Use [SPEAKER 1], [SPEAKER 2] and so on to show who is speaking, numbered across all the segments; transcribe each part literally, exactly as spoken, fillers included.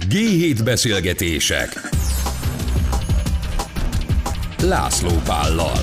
[SPEAKER 1] gé hét beszélgetések László Pállal.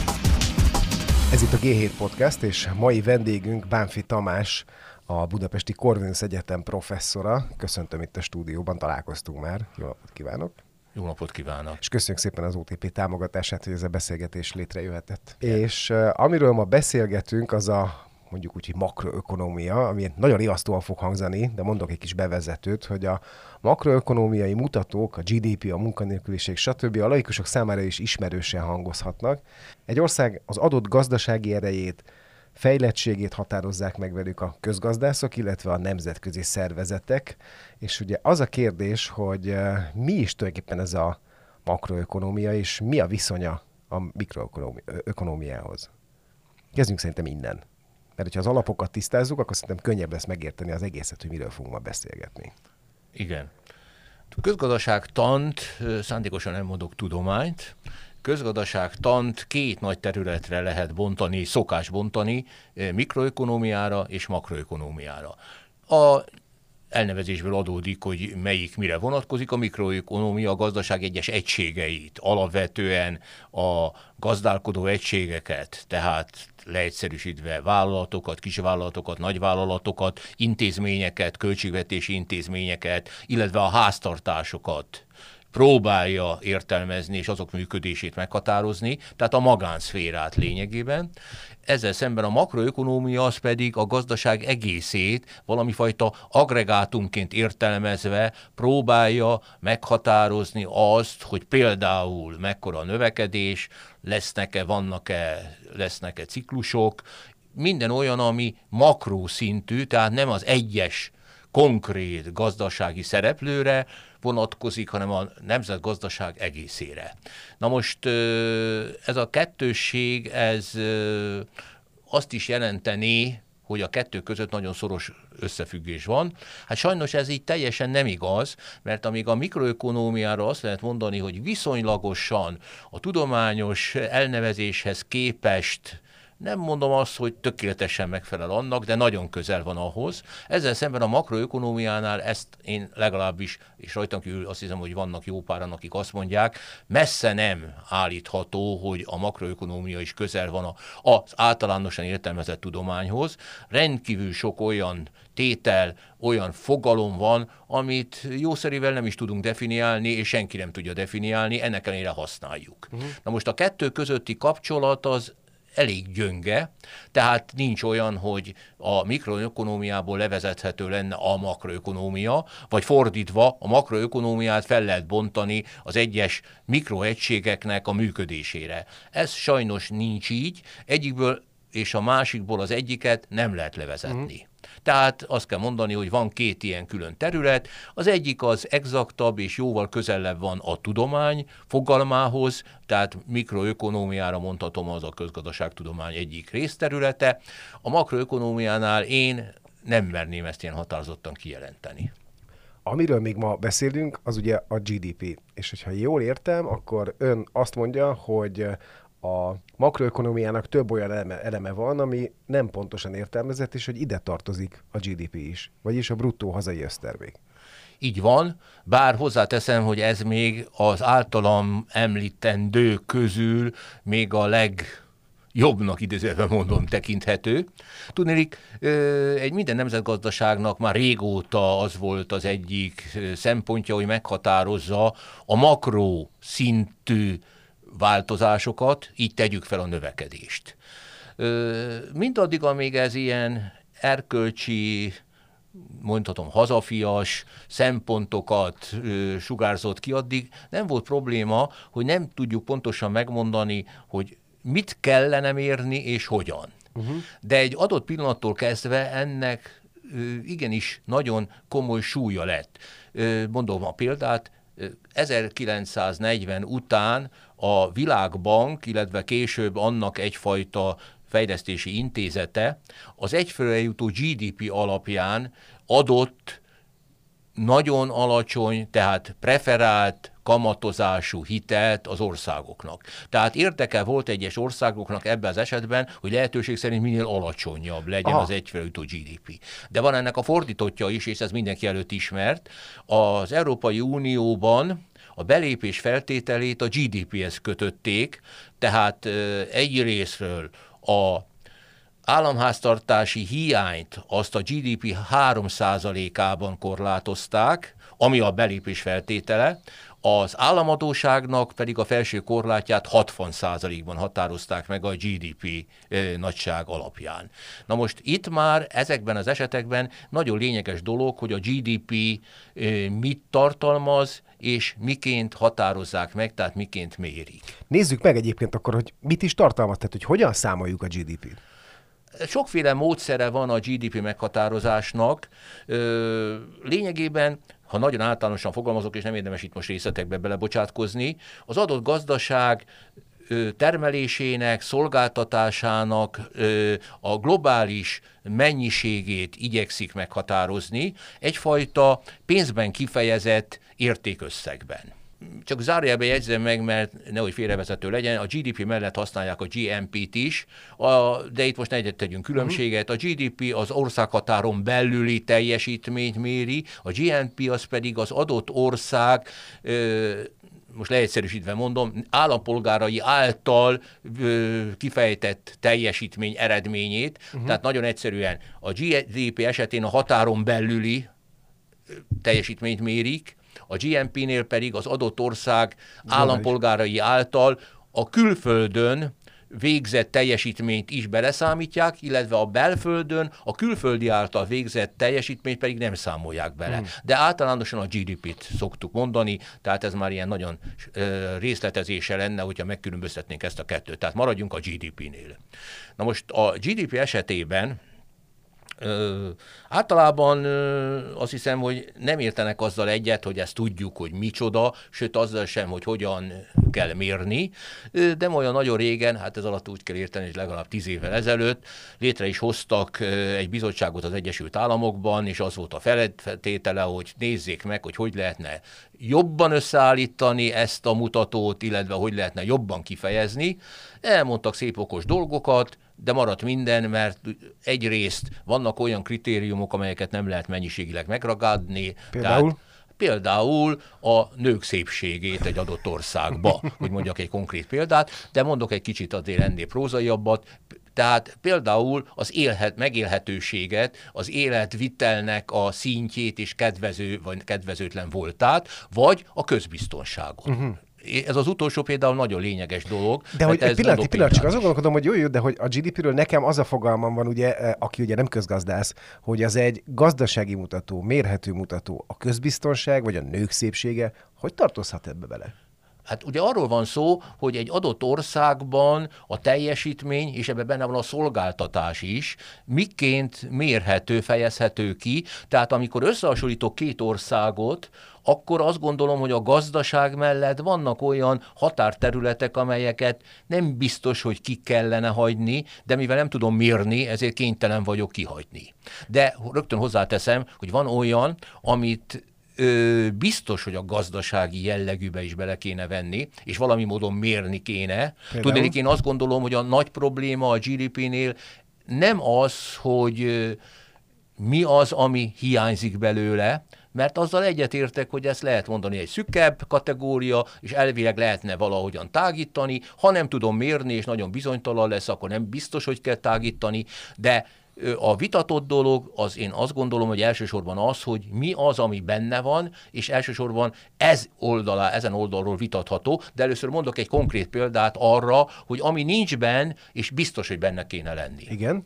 [SPEAKER 2] Ez itt a gé hét Podcast, és mai vendégünk Bánffy Tamás, a Budapesti Corvinus Egyetem professzora. Köszöntöm itt a stúdióban, találkoztunk már. Jó napot kívánok!
[SPEAKER 3] Jó napot kívánok!
[SPEAKER 2] És köszönjük szépen az o té pé támogatását, hogy ez a beszélgetés létrejöhetett. Ja. És uh, amiről ma beszélgetünk, az a mondjuk úgy, hogy makroökonómia, ami nagyon riasztóan fog hangzani, de mondok egy kis bevezetőt, hogy a makroökonómiai mutatók, a gé dé pé, a munkanélküliség, stb. A laikusok számára is ismerősen hangozhatnak. Egy ország az adott gazdasági erejét, fejlettségét határozzák meg velük a közgazdászok, illetve a nemzetközi szervezetek. És ugye az a kérdés, hogy mi is tulajdonképpen ez a makroökonómia, és mi a viszonya a mikroökonómiához. Kezdjünk szerintem innen. Mert hogyha az alapokat tisztázzuk, akkor szerintem könnyebb lesz megérteni az egészet, hogy miről fogunk ma beszélgetni.
[SPEAKER 3] Igen. Közgazdaságtant, szándékosan nem mondok tudományt, közgazdaságtant két nagy területre lehet bontani, szokás bontani, mikroökonómiára és makroökonómiára. A elnevezésből adódik, hogy melyik mire vonatkozik. A mikroökonómia a gazdaság egyes egységeit, alapvetően a gazdálkodó egységeket, tehát leegyszerűsítve vállalatokat, kisvállalatokat, nagyvállalatokat, intézményeket, költségvetési intézményeket, illetve a háztartásokat próbálja értelmezni és azok működését meghatározni, tehát a magánszférát lényegében. Ezzel szemben a makroökonómia az pedig a gazdaság egészét valamifajta aggregátumként értelmezve próbálja meghatározni azt, hogy például mekkora a növekedés, lesznek-e, vannak-e, lesznek-e ciklusok, minden olyan, ami makrószintű, tehát nem az egyes konkrét gazdasági szereplőre vonatkozik, hanem a nemzetgazdaság egészére. Na most ez a kettősség, ez azt is jelenteni, hogy a kettő között nagyon szoros összefüggés van. Hát sajnos ez így teljesen nem igaz, mert amíg a mikroökonómiára azt lehet mondani, hogy viszonylagosan a tudományos elnevezéshez képest nem mondom azt, hogy tökéletesen megfelel annak, de nagyon közel van ahhoz. Ezzel szemben a makroökonómiánál ezt én legalábbis, és rajtam kívül azt hiszem, hogy vannak jó páran, akik azt mondják, messze nem állítható, hogy a makroökonómia is közel van az általánosan értelmezett tudományhoz. Rendkívül sok olyan tétel, olyan fogalom van, amit jószerivel nem is tudunk definiálni, és senki nem tudja definiálni, ennek ellenére használjuk. Uh-huh. Na most a kettő közötti kapcsolat az elég gyönge, tehát nincs olyan, hogy a mikroökonómiából levezethető lenne a makroökonómia, vagy fordítva a makroökonómiát fel lehet bontani az egyes mikroegységeknek a működésére. Ez sajnos nincs így, egyikből és a másikból az egyiket nem lehet levezetni. Mm. Tehát azt kell mondani, hogy van két ilyen külön terület, az egyik az exaktabb és jóval közelebb van a tudomány fogalmához, tehát mikroökonómiára mondhatom, az a közgazdaságtudomány egyik részterülete. A makroökonómiánál én nem merném ezt ilyen határozottan kijelenteni.
[SPEAKER 2] Amiről még ma beszélünk, az ugye a gé dé pé. És hogyha jól értem, akkor ön azt mondja, hogy a makroökonómiának több olyan eleme, eleme van, ami nem pontosan értelmezett, és hogy ide tartozik a gé dé pé is, vagyis a bruttó hazai össztermék.
[SPEAKER 3] Így van, bár hozzáteszem, hogy ez még az általam említendő közül még a legjobbnak idézőben mondom tekinthető. Tudnélik, egy minden nemzetgazdaságnak már régóta az volt az egyik szempontja, hogy meghatározza a makró szintű változásokat, így tegyük fel a növekedést. Mindaddig, amíg ez ilyen erkölcsi, mondhatom, hazafias szempontokat ö, sugárzott ki, addig nem volt probléma, hogy nem tudjuk pontosan megmondani, hogy mit kellene mérni és hogyan. Uh-huh. De egy adott pillanattól kezdve ennek ö, igenis nagyon komoly súlya lett. Ö, mondom a példát, ezerkilencszáznegyven után a Világbank, illetve később annak egyfajta fejlesztési intézete az egyfőre jutó gé dé pé alapján adott nagyon alacsony, tehát preferált kamatozású hitelt az országoknak. Tehát érdeke volt egyes országoknak ebben az esetben, hogy lehetőség szerint minél alacsonyabb legyen Aha. az egyfőjutó gé dé pé. De van ennek a fordítottja is, és ez mindenki előtt ismert. Az Európai Unióban a belépés feltételét a gé dé péhez kötötték, tehát egy részről a államháztartási hiányt azt a gé dé pé három százalékában korlátozták, ami a belépés feltétele, az államadósságnak pedig a felső korlátját hatvan százalékban határozták meg a gé dé pé e, nagyság alapján. Na most itt már ezekben az esetekben nagyon lényeges dolog, hogy a gé dé pé e, mit tartalmaz, és miként határozzák meg, tehát miként mérik.
[SPEAKER 2] Nézzük meg egyébként akkor, hogy mit is tartalmaz, tehát hogy hogyan számoljuk a gé dé pét.
[SPEAKER 3] Sokféle módszere van a gé dé pé meghatározásnak. Lényegében, ha nagyon általánosan fogalmazok, és nem érdemes itt most részletekbe belebocsátkozni, az adott gazdaság termelésének, szolgáltatásának a globális mennyiségét igyekszik meghatározni egyfajta pénzben kifejezett értékösszegben. Csak zárójelben jegyzem meg, mert nehogy félrevezető legyen, a gé dé pé mellett használják a gé em pét is, a, de itt most ne tegyünk különbséget. A gé dé pé az országhatáron belüli teljesítményt méri, a gé em pé az pedig az adott ország, ö, most leegyszerűsítve mondom, állampolgárai által ö, kifejtett teljesítmény eredményét, uh-huh. tehát nagyon egyszerűen a gé dé pé esetén a határon belüli teljesítményt mérik, a gé em pénél pedig az adott ország állampolgárai által a külföldön végzett teljesítményt is beleszámítják, illetve a belföldön a külföldi által végzett teljesítményt pedig nem számolják bele. Hmm. De általánosan a gé dé pét szoktuk mondani, tehát ez már ilyen nagyon ö, részletezése lenne, hogyha megkülönböztetnénk ezt a kettőt. Tehát maradjunk a gé dé pénél. Na most a gé dé pé esetében Ö, általában ö, azt hiszem, hogy nem értenek azzal egyet, hogy ezt tudjuk, hogy micsoda, sőt azzal sem, hogy hogyan kell mérni, ö, de olyan nagyon régen, hát ez alatt úgy kell érteni, hogy legalább tíz évvel ezelőtt létre is hoztak ö, egy bizottságot az Egyesült Államokban, és az volt a feltétele, hogy nézzék meg, hogy hogy lehetne jobban összeállítani ezt a mutatót, illetve hogy lehetne jobban kifejezni. Elmondtak szép okos dolgokat, de maradt minden, mert egyrészt vannak olyan kritériumok, amelyeket nem lehet mennyiségileg megragadni.
[SPEAKER 2] Például?
[SPEAKER 3] Tehát például a nők szépségét egy adott országba, hogy mondjak egy konkrét példát, de mondok egy kicsit azért ennél prózaiabbat. Tehát például az élhet, megélhetőséget, az életvitelnek a szintjét és kedvező vagy kedvezőtlen voltát, vagy a közbiztonságot. Uh-huh. Ez az utolsó például nagyon lényeges dolog.
[SPEAKER 2] De hogy egy pillanat, egy pillanat, csak azon gondolkodom, hogy jó, jó, de hogy a gé dé péről nekem az a fogalmam van, ugye, aki ugye nem közgazdász, hogy az egy gazdasági mutató, mérhető mutató, a közbiztonság, vagy a nők szépsége, hogy tartozhat ebbe bele?
[SPEAKER 3] Hát ugye arról van szó, hogy egy adott országban a teljesítmény, és ebben benne van a szolgáltatás is, miként mérhető, fejezhető ki. Tehát amikor összehasonlítok két országot, akkor azt gondolom, hogy a gazdaság mellett vannak olyan határterületek, amelyeket nem biztos, hogy ki kellene hagyni, de mivel nem tudom mérni, ezért kénytelen vagyok kihagyni. De rögtön hozzáteszem, hogy van olyan, amit Ö, biztos, hogy a gazdasági jellegűbe is bele kéne venni, és valami módon mérni kéne. Tudnék, én azt gondolom, hogy a nagy probléma a gé dé pénél nem az, hogy ö, mi az, ami hiányzik belőle, mert azzal egyetértek, hogy ezt lehet mondani egy szűkebb kategória, és elvileg lehetne valahogyan tágítani. Ha nem tudom mérni, és nagyon bizonytalan lesz, akkor nem biztos, hogy kell tágítani, de a vitatott dolog, az én azt gondolom, hogy elsősorban az, hogy mi az, ami benne van, és elsősorban ez oldalá, ezen oldalról vitatható, de először mondok egy konkrét példát arra, hogy ami nincs benne, és biztos, hogy benne kéne lenni.
[SPEAKER 2] Igen.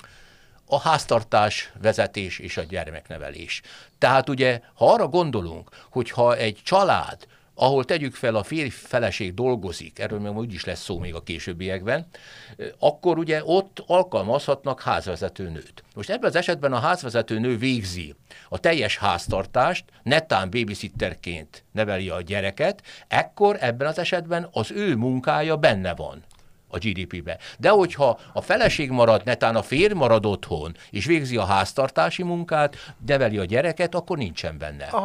[SPEAKER 3] A háztartás, vezetés és a gyermeknevelés. Tehát ugye, ha arra gondolunk, hogyha egy család, ahol tegyük fel a férj feleség dolgozik, erről még úgyis lesz szó még a későbbiekben, akkor ugye ott alkalmazhatnak házvezetőnőt. Most ebben az esetben a házvezetőnő végzi a teljes háztartást, netán babysitterként neveli a gyereket, ekkor ebben az esetben az ő munkája benne van a gé dé pébe. De hogyha a feleség marad, netán a férj marad otthon, és végzi a háztartási munkát, neveli a gyereket, akkor nincsen benne.
[SPEAKER 2] Aha.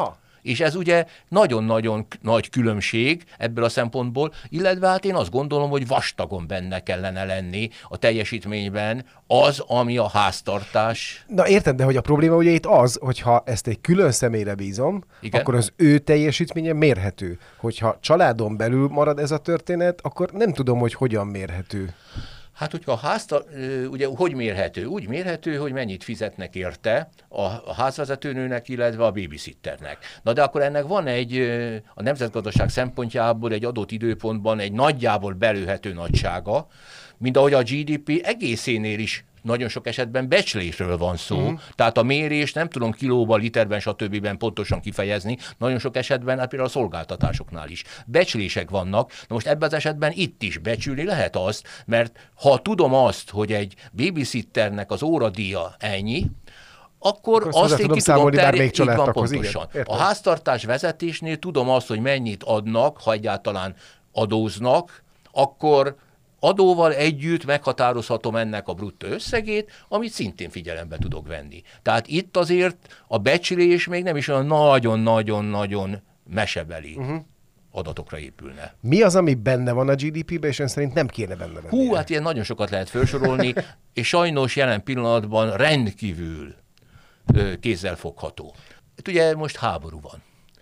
[SPEAKER 3] És ez ugye nagyon-nagyon nagy különbség ebből a szempontból, illetve hát én azt gondolom, hogy vastagon benne kellene lenni a teljesítményben az, ami a háztartás.
[SPEAKER 2] Na érted, de hogy a probléma ugye itt az, hogyha ezt egy külön személyre bízom, igen, akkor az ő teljesítménye mérhető. Hogyha családon belül marad ez a történet, akkor nem tudom, hogy hogyan mérhető.
[SPEAKER 3] Hát, hogyha a háztar, ugye hogy mérhető? Úgy mérhető, hogy mennyit fizetnek érte a házvezetőnőnek, illetve a babysitternek. Na de akkor ennek van egy, a nemzetgazdaság szempontjából egy adott időpontban egy nagyjából belőhető nagysága, mint ahogy a gé dé pé egészénél is nagyon sok esetben becslésről van szó, uh-huh. tehát a mérés nem tudom kilóban, literben, stb. Pontosan kifejezni, nagyon sok esetben, hát például a szolgáltatásoknál is. Becslések vannak, na most ebben az esetben itt is becsülni lehet azt, mert ha tudom azt, hogy egy babysitternek az óradíja ennyi, akkor, akkor azt én ki tudom terjedni, van pontosan. A háztartás vezetésnél tudom azt, hogy mennyit adnak, ha egyáltalán adóznak, akkor adóval együtt meghatározhatom ennek a bruttó összegét, amit szintén figyelembe tudok venni. Tehát itt azért a becslés még nem is olyan nagyon-nagyon-nagyon mesebeli uh-huh. adatokra épülne.
[SPEAKER 2] Mi az, ami benne van a gé dé pé-ben, és ön szerint nem kéne benne lennie?
[SPEAKER 3] Hú, hát ilyen nagyon sokat lehet felsorolni, és sajnos jelen pillanatban rendkívül ö, kézzelfogható. Hát ugye most háború van.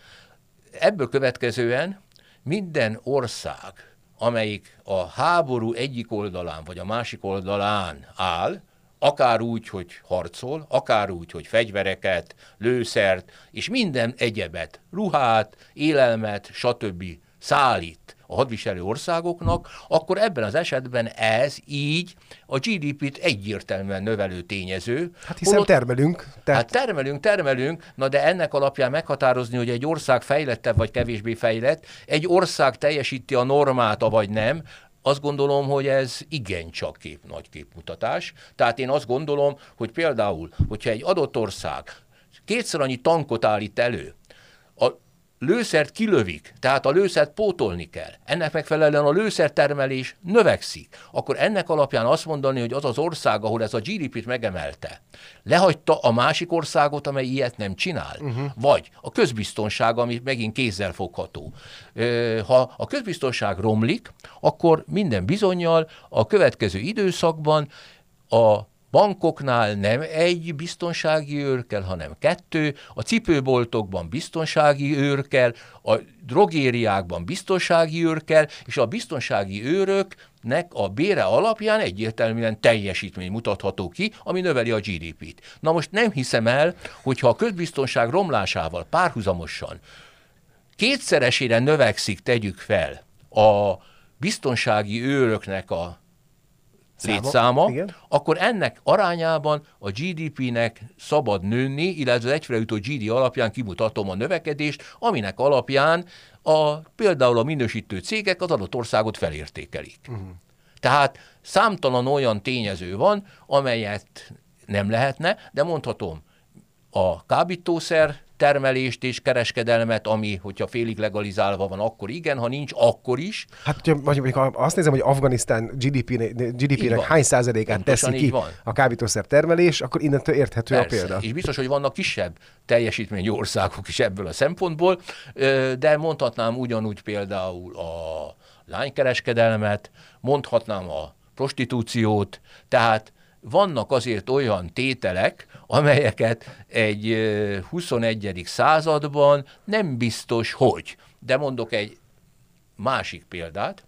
[SPEAKER 3] Ebből következően minden ország, amelyik a háború egyik oldalán vagy a másik oldalán áll, akár úgy, hogy harcol, akár úgy, hogy fegyvereket, lőszert, és minden egyebet, ruhát, élelmet, stb. Szállít a hadviselő országoknak, akkor ebben az esetben ez így a gé dé pét egyértelműen növelő tényező.
[SPEAKER 2] Hát hiszen holott, termelünk.
[SPEAKER 3] Tehát... Hát termelünk, termelünk, na de ennek alapján meghatározni, hogy egy ország fejlettebb vagy kevésbé fejlett, egy ország teljesíti a normát, vagy nem, azt gondolom, hogy ez igencsak kép, nagy képmutatás. Tehát én azt gondolom, hogy például, hogyha egy adott ország kétszer annyi tankot állít elő, a lőszert kilövik, tehát a lőszert pótolni kell, ennek megfelelően a lőszertermelés növekszik, akkor ennek alapján azt mondani, hogy az az ország, ahol ez a gé dé pét megemelte, lehagyta a másik országot, amely ilyet nem csinál. Uh-huh. Vagy a közbiztonság, ami megint kézzel fogható. Ha a közbiztonság romlik, akkor minden bizonnyal a következő időszakban a bankoknál nem egy biztonsági őr kell, hanem kettő, a cipőboltokban biztonsági őr kell, a drogériákban biztonsági őr kell, és a biztonsági őröknek a bére alapján egyértelműen teljesítmény mutatható ki, ami növeli a gé dé pét. Na most nem hiszem el, hogyha a közbiztonság romlásával párhuzamosan kétszeresére növekszik, tegyük fel, a biztonsági őröknek a létszáma, akkor ennek arányában a gé dé pének szabad nőni, illetve az egyfőre jutó gé dé alapján kimutatom a növekedést, aminek alapján a, például a minősítő cégek az adott országot felértékelik. Uh-huh. Tehát számtalan olyan tényező van, amelyet nem lehetne, de mondhatom, a kábítószer termelést és kereskedelmet, ami, hogyha félig legalizálva van, akkor igen, ha nincs, akkor is.
[SPEAKER 2] Hát, hogyha azt nézem, hogy Afganisztán gé dé pének hány százalékát teszi ki van a kábítószer termelés, akkor innentől érthető
[SPEAKER 3] Persze.
[SPEAKER 2] a példa.
[SPEAKER 3] És biztos, hogy vannak kisebb teljesítményű országok is ebből a szempontból, de mondhatnám ugyanúgy például a lánykereskedelmet, mondhatnám a prostitúciót, tehát vannak azért olyan tételek, amelyeket egy huszonegyedik században nem biztos, hogy. De mondok egy másik példát.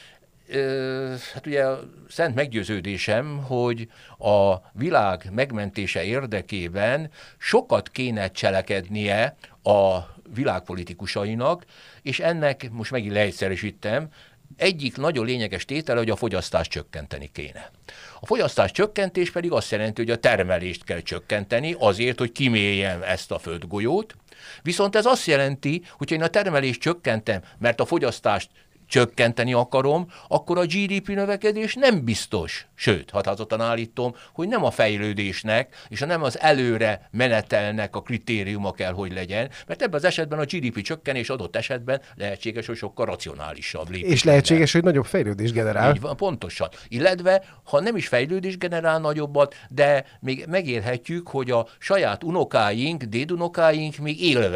[SPEAKER 3] Hát ugye szent meggyőződésem, hogy a világ megmentése érdekében sokat kéne cselekednie a világpolitikusainak, és ennek, most megint leegyszerűsítem, egyik nagyon lényeges tétele, hogy a fogyasztást csökkenteni kéne. A fogyasztás csökkentés pedig azt jelenti, hogy a termelést kell csökkenteni azért, hogy kiméljem ezt a földgolyót. Viszont ez azt jelenti, hogy én a termelést csökkentem, mert a fogyasztást csökkenteni akarom, akkor a gé dé pé növekedés nem biztos. Sőt, határozottan állítom, hogy nem a fejlődésnek, és nem az előre menetelnek a kritériuma kell, hogy legyen, mert ebben az esetben a gé dé pé csökkenés adott esetben lehetséges, hogy sokkal racionálisabb lépés.
[SPEAKER 2] És lehetséges, hogy nagyobb fejlődés generál.
[SPEAKER 3] Így van, pontosan. Illetve, ha nem is fejlődés generál nagyobbat, de még megérhetjük, hogy a saját unokáink, dédunokáink még élve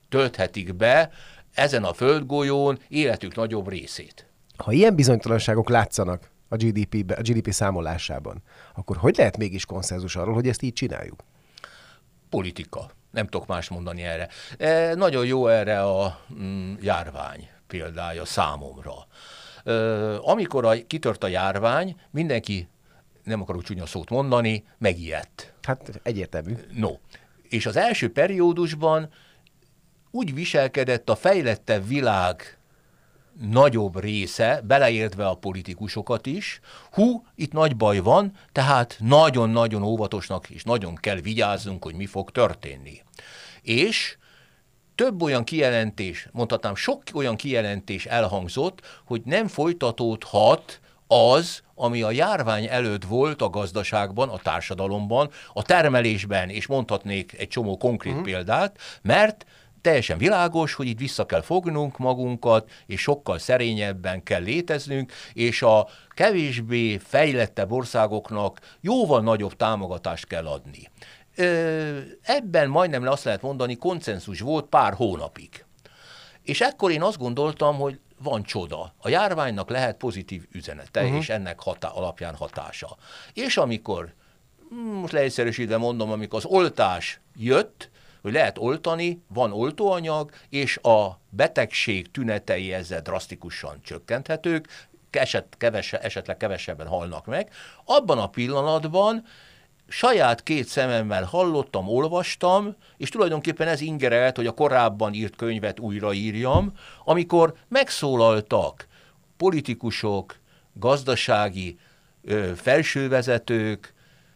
[SPEAKER 3] tölthetik be ezen a földgolyón életük nagyobb részét.
[SPEAKER 2] Ha ilyen bizonytalanságok látszanak a gé dé pé-be, a gé dé pé számolásában, akkor hogy lehet mégis konszenzus arról, hogy ezt így csináljuk?
[SPEAKER 3] Politika. Nem tudok más mondani erre. E, nagyon jó erre a mm, járvány példája számomra. E, amikor a, kitört a járvány, mindenki, nem akarok csúnya szót mondani, megijedt.
[SPEAKER 2] Hát egyértelmű.
[SPEAKER 3] No. És az első periódusban úgy viselkedett a fejlettebb világ nagyobb része, beleértve a politikusokat is, hú, itt nagy baj van, tehát nagyon-nagyon óvatosnak és nagyon kell vigyázzunk, hogy mi fog történni. És több olyan kijelentés, mondhatnám sok olyan kijelentés elhangzott, hogy nem folytatódhat az, ami a járvány előtt volt a gazdaságban, a társadalomban, a termelésben, és mondhatnék egy csomó konkrét uh-huh. példát, mert teljesen világos, hogy itt vissza kell fognunk magunkat, és sokkal szerényebben kell léteznünk, és a kevésbé fejlettebb országoknak jóval nagyobb támogatást kell adni. Ebben majdnem azt lehet mondani, konszenzus volt pár hónapig. És ekkor én azt gondoltam, hogy van csoda. A járványnak lehet pozitív üzenete, uh-huh. és ennek hatá- alapján hatása. És amikor, most leegyszerűsítve mondom, amikor az oltás jött, hogy lehet oltani, van oltóanyag, és a betegség tünetei ezzel drasztikusan csökkenthetők, eset, kevese, esetleg kevesebben halnak meg. Abban a pillanatban saját két szememmel hallottam, olvastam, és tulajdonképpen ez ingerelt, hogy a korábban írt könyvet újraírjam, amikor megszólaltak politikusok, gazdasági ö, felsővezetők,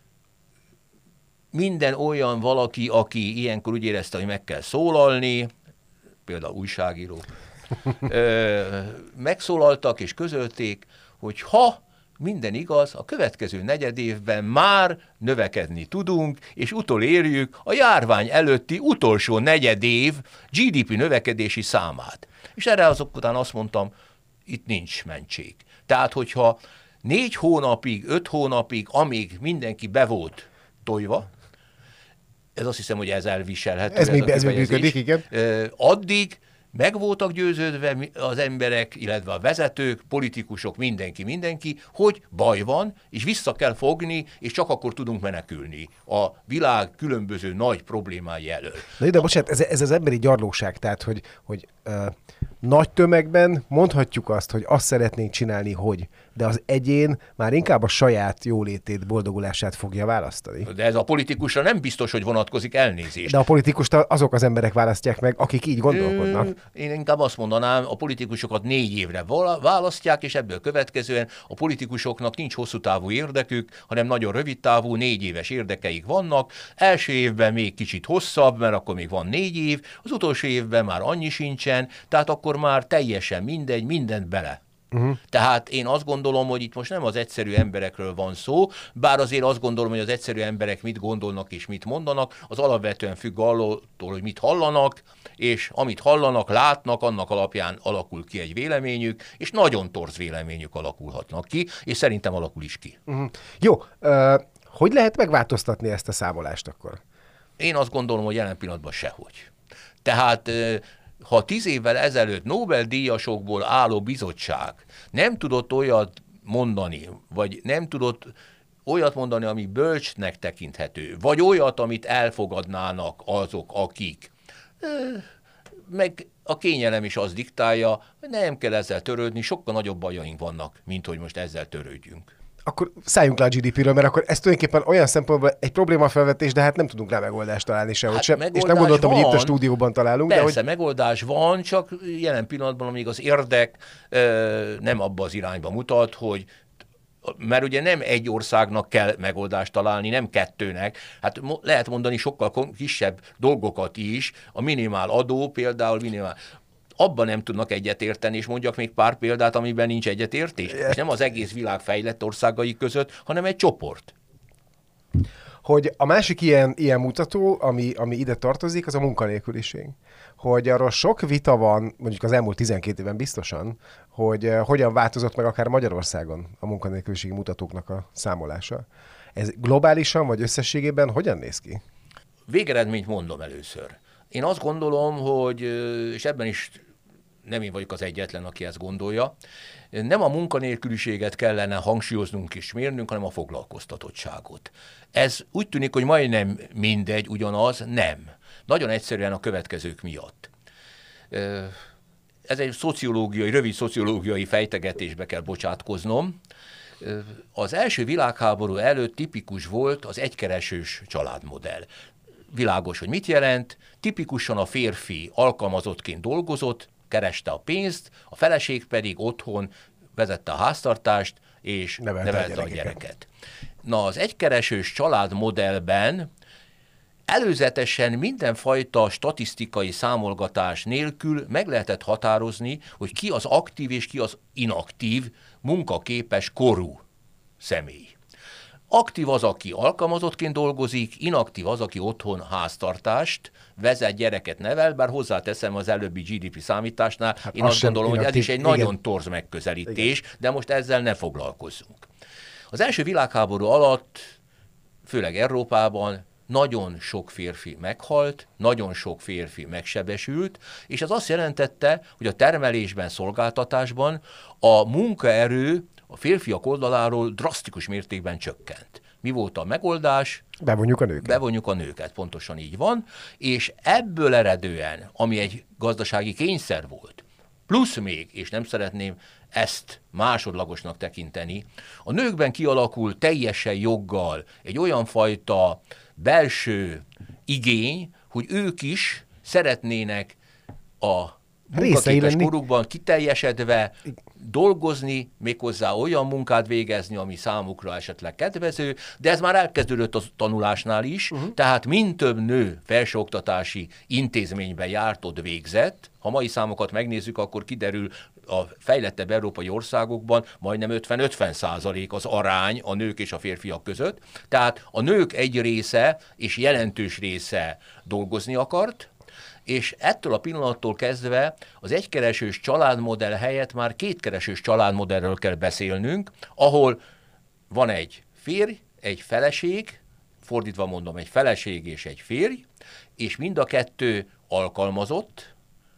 [SPEAKER 3] minden olyan valaki, aki ilyenkor úgy érezte, hogy meg kell szólalni, például újságírók, ö, megszólaltak és közölték, hogy ha minden igaz, a következő negyed évben már növekedni tudunk, és utolérjük a járvány előtti utolsó negyed év gé dé pé növekedési számát. És erre azok után azt mondtam, itt nincs mentség. Tehát, hogyha négy hónapig, öt hónapig, amíg mindenki be volt tojva, ez azt hiszem, hogy ez elviselhető.
[SPEAKER 2] Ez, ez, még, ez még működik, igen.
[SPEAKER 3] Addig meg voltak győződve az emberek, illetve a vezetők, politikusok, mindenki, mindenki, hogy baj van, és vissza kell fogni, és csak akkor tudunk menekülni a világ különböző nagy problémái elől.
[SPEAKER 2] Na de bocsánat, ez, ez az emberi gyarlóság, tehát, hogy, hogy uh, nagy tömegben mondhatjuk azt, hogy azt szeretnénk csinálni, hogy, de az egyén már inkább a saját jólétét, boldogulását fogja választani.
[SPEAKER 3] De ez a politikusra nem biztos, hogy vonatkozik, elnézést.
[SPEAKER 2] De a politikust azok az emberek választják meg, akik így gondolkodnak. Ö,
[SPEAKER 3] én inkább azt mondanám, a politikusokat négy évre választják, és ebből következően a politikusoknak nincs hosszú távú érdekük, hanem nagyon rövid távú, négy éves érdekeik vannak. Első évben még kicsit hosszabb, mert akkor még van négy év, az utolsó évben már annyi sincsen, tehát akkor már teljesen mindegy, mindent bele. Uh-huh. Tehát én azt gondolom, hogy itt most nem az egyszerű emberekről van szó, bár azért azt gondolom, hogy az egyszerű emberek mit gondolnak és mit mondanak, az alapvetően függ attól, hogy mit hallanak, és amit hallanak, látnak, annak alapján alakul ki egy véleményük, és nagyon torz véleményük alakulhatnak ki, és szerintem alakul is ki.
[SPEAKER 2] Uh-huh. Jó, uh, hogy lehet megváltoztatni ezt a számolást akkor?
[SPEAKER 3] Én azt gondolom, hogy jelen pillanatban sehogy. Tehát uh, ha tíz évvel ezelőtt Nobel-díjasokból álló bizottság nem tudott olyat mondani, vagy nem tudott olyat mondani, ami bölcsnek tekinthető, vagy olyat, amit elfogadnának azok, akik, meg a kényelem is az diktálja, hogy nem kell ezzel törődni, sokkal nagyobb bajaink vannak, mint hogy most ezzel törődjünk.
[SPEAKER 2] Akkor szálljunk le a gé dé péről, mert akkor ez tulajdonképpen olyan szempontból egy problémafelvetés, de hát nem tudunk rá megoldást találni sehogy hát sem. És nem gondoltam, van. Hogy itt a stúdióban találunk.
[SPEAKER 3] Persze,
[SPEAKER 2] de hogy...
[SPEAKER 3] megoldás van, csak jelen pillanatban, amíg az érdek nem abba az irányba mutat, hogy mert ugye nem egy országnak kell megoldást találni, nem kettőnek. Hát lehet mondani sokkal kisebb dolgokat is, a minimál adó például minimál... abban nem tudnak egyetérteni, és mondjak még pár példát, amiben nincs egyetértés. És nem az egész világ fejlett országai között, hanem egy csoport.
[SPEAKER 2] Hogy a másik ilyen, ilyen mutató, ami, ami ide tartozik, az a munkanélküliség. Hogy arról sok vita van, mondjuk az elmúlt tizenkét évben biztosan, hogy uh, hogyan változott meg akár Magyarországon a munkanélküliségi mutatóknak a számolása. Ez globálisan vagy összességében hogyan néz ki?
[SPEAKER 3] Végeredményt mondom először. Én azt gondolom, hogy, és ebben is nem én vagyok az egyetlen, aki ezt gondolja, nem a munkanélküliséget kellene hangsúlyoznunk és mérnünk, hanem a foglalkoztatottságot. Ez úgy tűnik, hogy majdnem mindegy, ugyanaz, nem. Nagyon egyszerűen a következők miatt. Ez egy szociológiai, rövid szociológiai fejtegetésbe kell bocsátkoznom. Az első világháború előtt tipikus volt az egykeresős családmodell. Világos, hogy mit jelent, tipikusan a férfi alkalmazottként dolgozott, kereste a pénzt, a feleség pedig otthon vezette a háztartást, és nevelte, nevelte a, a gyereket. Na, az egykeresős családmodellben előzetesen mindenfajta statisztikai számolgatás nélkül meg lehetett határozni, hogy ki az aktív és ki az inaktív, munkaképes korú személy. Aktív az, aki alkalmazottként dolgozik, inaktív az, aki otthon háztartást vezet, gyereket nevel, bár hozzáteszem az előbbi gé dé pé számításnál, hát én azt gondolom, inaktív, hogy ez is egy igen. nagyon torz megközelítés, igen. de most ezzel ne foglalkozzunk. Az első világháború alatt, főleg Európában, nagyon sok férfi meghalt, nagyon sok férfi megsebesült, és ez azt jelentette, hogy a termelésben, szolgáltatásban a munkaerő a férfiak oldaláról drasztikus mértékben csökkent. Mi volt a megoldás?
[SPEAKER 2] Bevonjuk a nőket.
[SPEAKER 3] Bevonjuk a nőket, pontosan így van, és ebből eredően, ami egy gazdasági kényszer volt, plusz még, és nem szeretném ezt másodlagosnak tekinteni, a nőkben kialakul teljesen joggal egy olyan fajta belső igény, hogy ők is szeretnének a munkaképes korukban kiteljesedve dolgozni, méghozzá olyan munkát végezni, ami számukra esetleg kedvező, de ez már elkezdődött a tanulásnál is, uh-huh. tehát mint több nő felsőoktatási intézményben járt, ott végzett. Ha mai számokat megnézzük, akkor kiderül, a fejlettebb európai országokban majdnem ötven-ötven százalék az arány a nők és a férfiak között. Tehát a nők egy része és jelentős része dolgozni akart, és ettől a pillanattól kezdve az egykeresős családmodell helyett már kétkeresős családmodellről kell beszélnünk, ahol van egy férj, egy feleség, fordítva mondom, egy feleség és egy férj, és mind a kettő alkalmazott,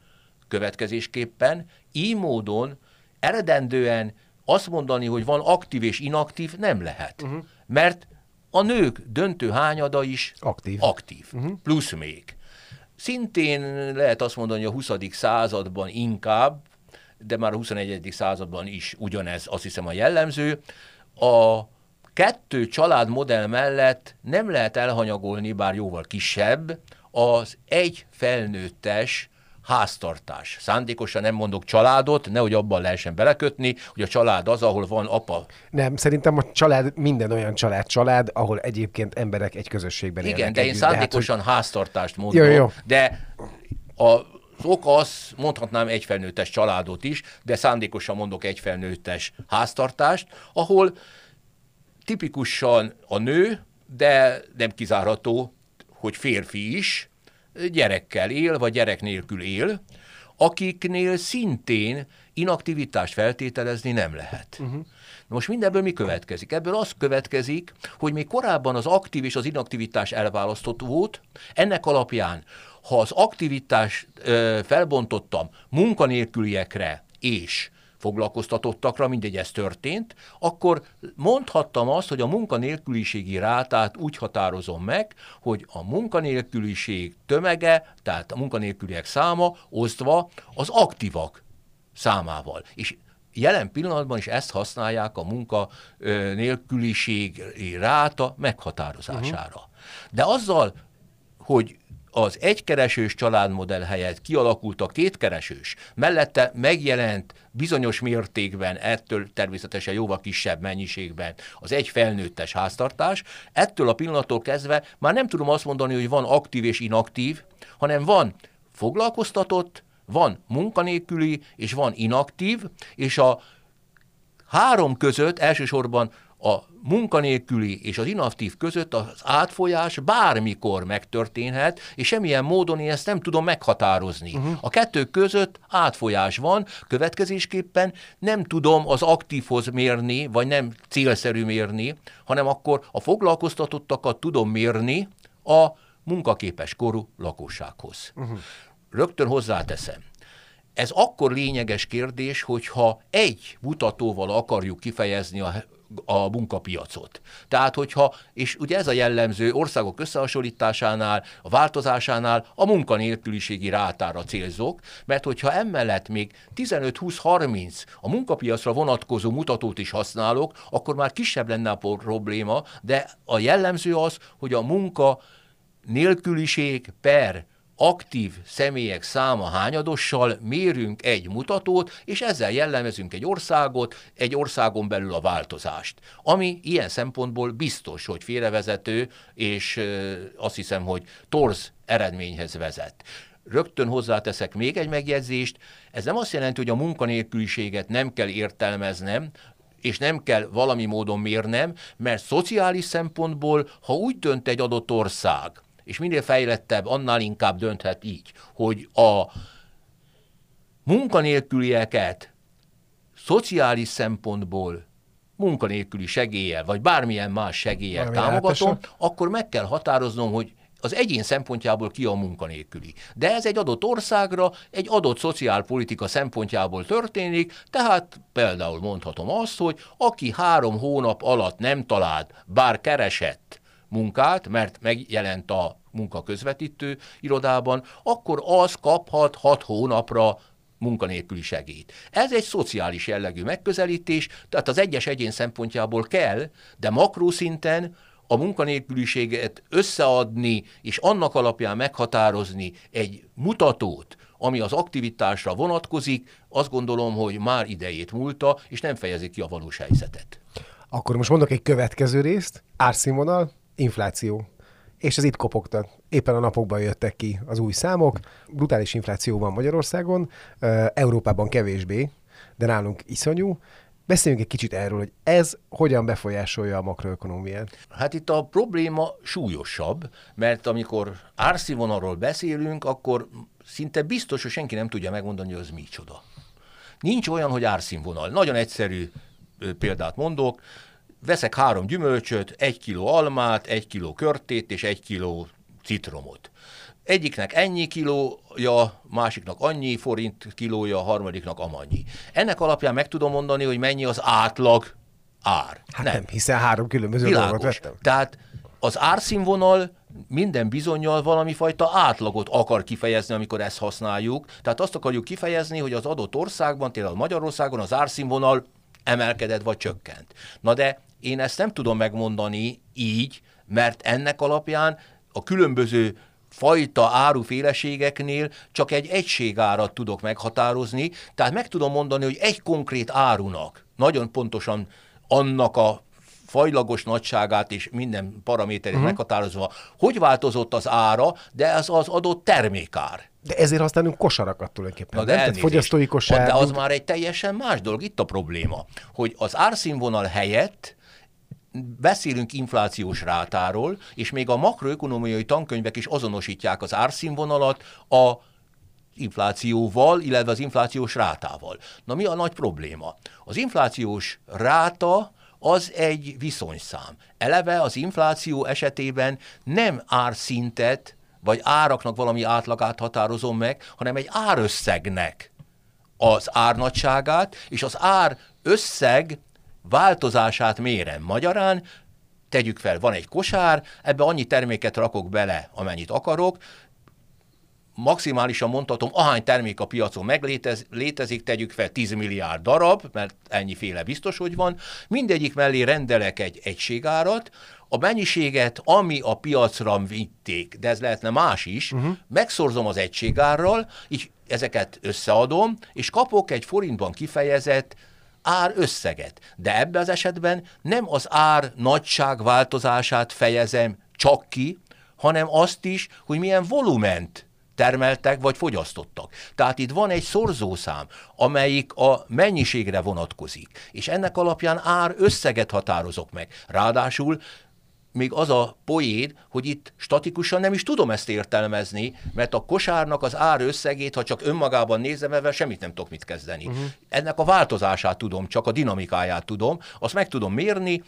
[SPEAKER 3] következésképpen, így módon eredendően azt mondani, hogy van aktív és inaktív, nem lehet. Uh-huh. Mert a nők döntő hányada is aktív, aktív uh-huh. plusz még. Szintén lehet azt mondani, hogy a huszadik században inkább, de már a huszonegyedik században is ugyanez, azt hiszem, a jellemző. A kettő családmodell mellett nem lehet elhanyagolni, bár jóval kisebb, az egy felnőttes háztartás. Szándékosan nem mondok családot, nehogy abban lehessen belekötni, hogy a család az, ahol van apa.
[SPEAKER 2] Nem, szerintem a család minden olyan család család, ahol egyébként emberek egy közösségben élnek.
[SPEAKER 3] Igen, de
[SPEAKER 2] együtt,
[SPEAKER 3] én szándékosan
[SPEAKER 2] de hát,
[SPEAKER 3] háztartást mondom, jó, jó. de az ok az, mondhatnám egyfelnőttes családot is, de szándékosan mondok egyfelnőttes háztartást, ahol tipikusan a nő, de nem kizárható, hogy férfi is, gyerekkel él, vagy gyerek nélkül él, akiknél szintén inaktivitást feltételezni nem lehet. Uh-huh. Most mindebből mi következik? Ebből az következik, hogy még korábban az aktív és az inaktivitás elválasztott volt, ennek alapján, ha az aktivitást ö, felbontottam munkanélküliekre és foglalkoztatottakra, mindegy, ez történt, akkor mondhattam azt, hogy a munkanélküliségi rátát úgy határozom meg, hogy a munkanélküliség tömege, tehát a munkanélküliek száma osztva az aktívak számával. És jelen pillanatban is ezt használják a munkanélküliségi ráta meghatározására. Uh-huh. De azzal, hogy az egykeresős családmodell helyett kialakult a kétkeresős, mellette megjelent bizonyos mértékben, ettől természetesen jóval kisebb mennyiségben az egy felnőttes háztartás, ettől a pillanattól kezdve már nem tudom azt mondani, hogy van aktív és inaktív, hanem van foglalkoztatott, van munkanélküli, és van inaktív, és a három között elsősorban a munkanélküli és az inaktív között az átfolyás bármikor megtörténhet, és semmilyen módon én ezt nem tudom meghatározni. Uh-huh. A kettő között átfolyás van, következésképpen nem tudom az aktívhoz mérni, vagy nem célszerű mérni, hanem akkor a foglalkoztatottakat tudom mérni a munkaképes korú lakossághoz.
[SPEAKER 2] Uh-huh.
[SPEAKER 3] Rögtön hozzáteszem, ez akkor lényeges kérdés, hogyha egy mutatóval akarjuk kifejezni a, a munkapiacot. Tehát, hogyha, és ugye ez a jellemző országok összehasonlításánál, a változásánál a munkanélküliségi rátára célzok, mert hogyha emellett még tizenöt húsz harminc a munkapiacra vonatkozó mutatót is használok, akkor már kisebb lenne a probléma, de a jellemző az, hogy a munka nélküliség per aktív személyek száma hányadossal mérünk egy mutatót, és ezzel jellemezünk egy országot, egy országon belül a változást. Ami ilyen szempontból biztos, hogy félrevezető, és ö, azt hiszem, hogy torz eredményhez vezet. Rögtön hozzáteszek még egy megjegyzést, ez nem azt jelenti, hogy a munkanélküliséget nem kell értelmeznem, és nem kell valami módon mérnem, mert szociális szempontból, ha úgy dönt egy adott ország, és minél fejlettebb, annál inkább dönthet így, hogy a munkanélkülieket szociális szempontból munkanélküli segéllyel, vagy bármilyen más segéllyel támogatom, akkor meg kell határoznom, hogy az egyén szempontjából ki a munkanélküli. De ez egy adott országra, egy adott szociálpolitika szempontjából történik, tehát például mondhatom azt, hogy aki három hónap alatt nem talált, bár keresett munkát, mert megjelent a munkaközvetítő irodában, akkor az kaphat hat hónapra munkanélküli segélyt. Ez egy szociális jellegű megközelítés, tehát az egyes egyén szempontjából kell, de makrószinten a munkanélküliséget összeadni, és annak alapján meghatározni egy mutatót, ami az aktivitásra vonatkozik, azt gondolom, hogy már idejét múlta, és nem fejezik ki a valós helyzetet.
[SPEAKER 2] Akkor most mondok egy következő részt, árszínvonal, infláció. És ez itt kopogtat. Éppen a napokban jöttek ki az új számok. Brutális infláció van Magyarországon, Európában kevésbé, de nálunk iszonyú. Beszéljünk egy kicsit erről, hogy ez hogyan befolyásolja a makroökonómiát.
[SPEAKER 3] Hát itt a probléma súlyosabb, mert amikor árszínvonalról beszélünk, akkor szinte biztos, hogy senki nem tudja megmondani, hogy az micsoda. Nincs olyan, hogy árszínvonal. Nagyon egyszerű példát mondok. Veszek három gyümölcsöt, egy kiló almát, egy kiló körtét és egy kiló citromot. Egyiknek ennyi kilója, másiknak annyi forint kilója, harmadiknak amannyi. Ennek alapján meg tudom mondani, hogy mennyi az átlag ár.
[SPEAKER 2] Hát nem, nem hiszen három különböző
[SPEAKER 3] Világos.
[SPEAKER 2] dolgot vettem.
[SPEAKER 3] Tehát az árszínvonal minden bizonnyal valami fajta átlagot akar kifejezni, amikor ezt használjuk. Tehát azt akarjuk kifejezni, hogy az adott országban, például Magyarországon az árszínvonal emelkedett vagy csökkent. Na de én ezt nem tudom megmondani így, mert ennek alapján a különböző fajta áruféleségeknél csak egy egységárat tudok meghatározni, tehát meg tudom mondani, hogy egy konkrét árunak nagyon pontosan annak a fajlagos nagyságát és minden paraméterét uh-huh. meghatározva, hogy változott az ára, de ez az adott termékár.
[SPEAKER 2] De ezért használunk kosarakat tulajdonképpen.
[SPEAKER 3] Na de
[SPEAKER 2] Tehát fogyasztói kosár.
[SPEAKER 3] De az már egy teljesen más dolog. Itt a probléma, hogy az árszínvonal helyett beszélünk inflációs rátáról, és még a makroökonómiai tankönyvek is azonosítják az árszínvonalat a inflációval, illetve az inflációs rátával. Na mi a nagy probléma? Az inflációs ráta az egy viszonyszám. Eleve az infláció esetében nem árszintet, vagy áraknak valami átlagát határozom meg, hanem egy árösszegnek az árnagyságát, és az ár összeg változását mérem. Magyarán tegyük fel, van egy kosár, ebbe annyi terméket rakok bele, amennyit akarok, maximálisan mondhatom, ahány termék a piacon meglétezik, tegyük fel tíz milliárd darab, mert ennyiféle biztos, hogy van, mindegyik mellé rendelek egy egységárat, a mennyiséget, ami a piacra vitték, de ez lehetne más is, uh-huh. megszorzom az egységárral, így ezeket összeadom, és kapok egy forintban kifejezett ár összeget. De ebben az esetben nem az ár nagyság változását fejezem csak ki, hanem azt is, hogy milyen volument termeltek vagy fogyasztottak. Tehát itt van egy szorzószám, amelyik a mennyiségre vonatkozik, és ennek alapján ár összeget határozok meg. Ráadásul még az a poéd, hogy itt statikusan nem is tudom ezt értelmezni, mert a kosárnak az ár összegét, ha csak önmagában nézem, ezzel semmit nem tudok mit kezdeni. Uh-huh. Ennek a változását tudom, csak a dinamikáját tudom, azt meg tudom mérni,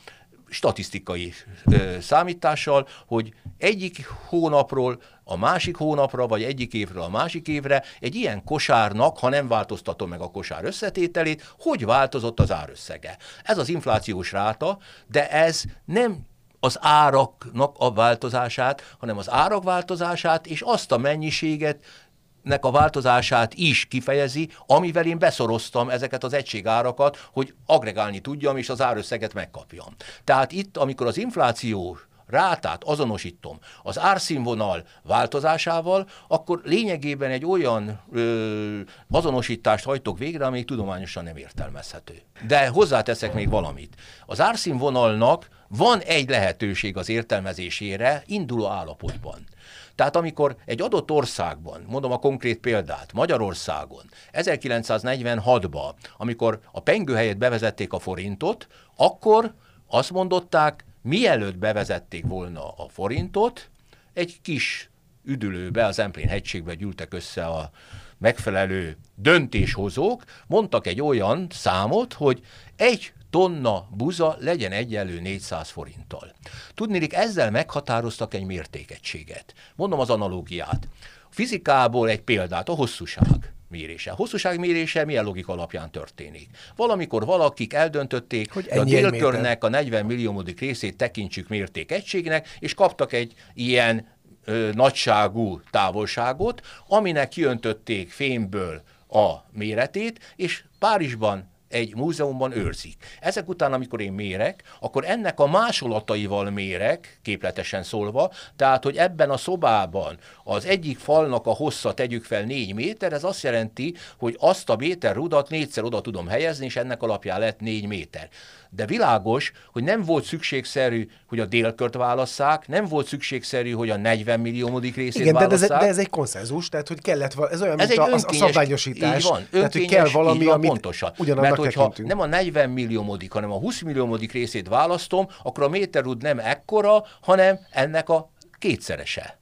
[SPEAKER 3] statisztikai ö, számítással, hogy egyik hónapról a másik hónapra, vagy egyik évről a másik évre egy ilyen kosárnak, ha nem változtatom meg a kosár összetételét, hogy változott az árösszege. Ez az inflációs ráta, de ez nem az áraknak a változását, hanem az árak változását és azt a mennyiséget, nek a változását is kifejezi, amivel én beszoroztam ezeket az egységárakat, hogy agregálni tudjam, és az árösszeget megkapjam. Tehát itt, amikor az infláció rátát azonosítom az árszínvonal változásával, akkor lényegében egy olyan ö, azonosítást hajtok végre, ami tudományosan nem értelmezhető. De hozzáteszek még valamit. Az árszínvonalnak van egy lehetőség az értelmezésére induló állapotban. Tehát amikor egy adott országban, mondom a konkrét példát, Magyarországon, ezerkilencszáznegyvenhatban, amikor a pengő helyett bevezették a forintot, akkor azt mondották, mielőtt bevezették volna a forintot, egy kis üdülőbe, az Zemplén-hegységbe gyűltek össze a megfelelő döntéshozók, mondtak egy olyan számot, hogy egy tonna buza legyen egyenlő négyszáz forinttal. Tudniillik, ezzel meghatároztak egy mértékegységet. Mondom az analógiát. Fizikából egy példát, a hosszúság mérése. A hosszúság mérése milyen logika alapján történik? Valamikor valakik eldöntötték, hogy, hogy a délkörnek a negyven milliómodik részét tekintsük mértékegységnek, és kaptak egy ilyen ö, nagyságú távolságot, aminek kiöntötték fémből a méretét, és Párizsban egy múzeumban őrzik. Ezek után, amikor én mérek, akkor ennek a másolataival mérek, képletesen szólva, tehát, hogy ebben a szobában az egyik falnak a hossza tegyük fel négy méter, ez azt jelenti, hogy azt a méterrudat négyszer oda tudom helyezni, és ennek alapján lett négy méter. De világos, hogy nem volt szükségszerű, hogy a délkört válasszák, nem volt szükségszerű, hogy a negyven milliómodik részét
[SPEAKER 2] igen,
[SPEAKER 3] válasszák.
[SPEAKER 2] Igen, de, de ez egy konszenzus, tehát hogy kellett, ez olyan,
[SPEAKER 3] ez
[SPEAKER 2] mint a,
[SPEAKER 3] önkényes,
[SPEAKER 2] a szabványosítás.
[SPEAKER 3] Így van,
[SPEAKER 2] tehát, hogy kell valami,
[SPEAKER 3] van,
[SPEAKER 2] amit
[SPEAKER 3] pontosan.
[SPEAKER 2] ugyanannak
[SPEAKER 3] Mert hogyha
[SPEAKER 2] tekintünk.
[SPEAKER 3] nem a negyven milliómodik, hanem a húsz milliómodik részét választom, akkor a méterrud nem ekkora, hanem ennek a kétszerese.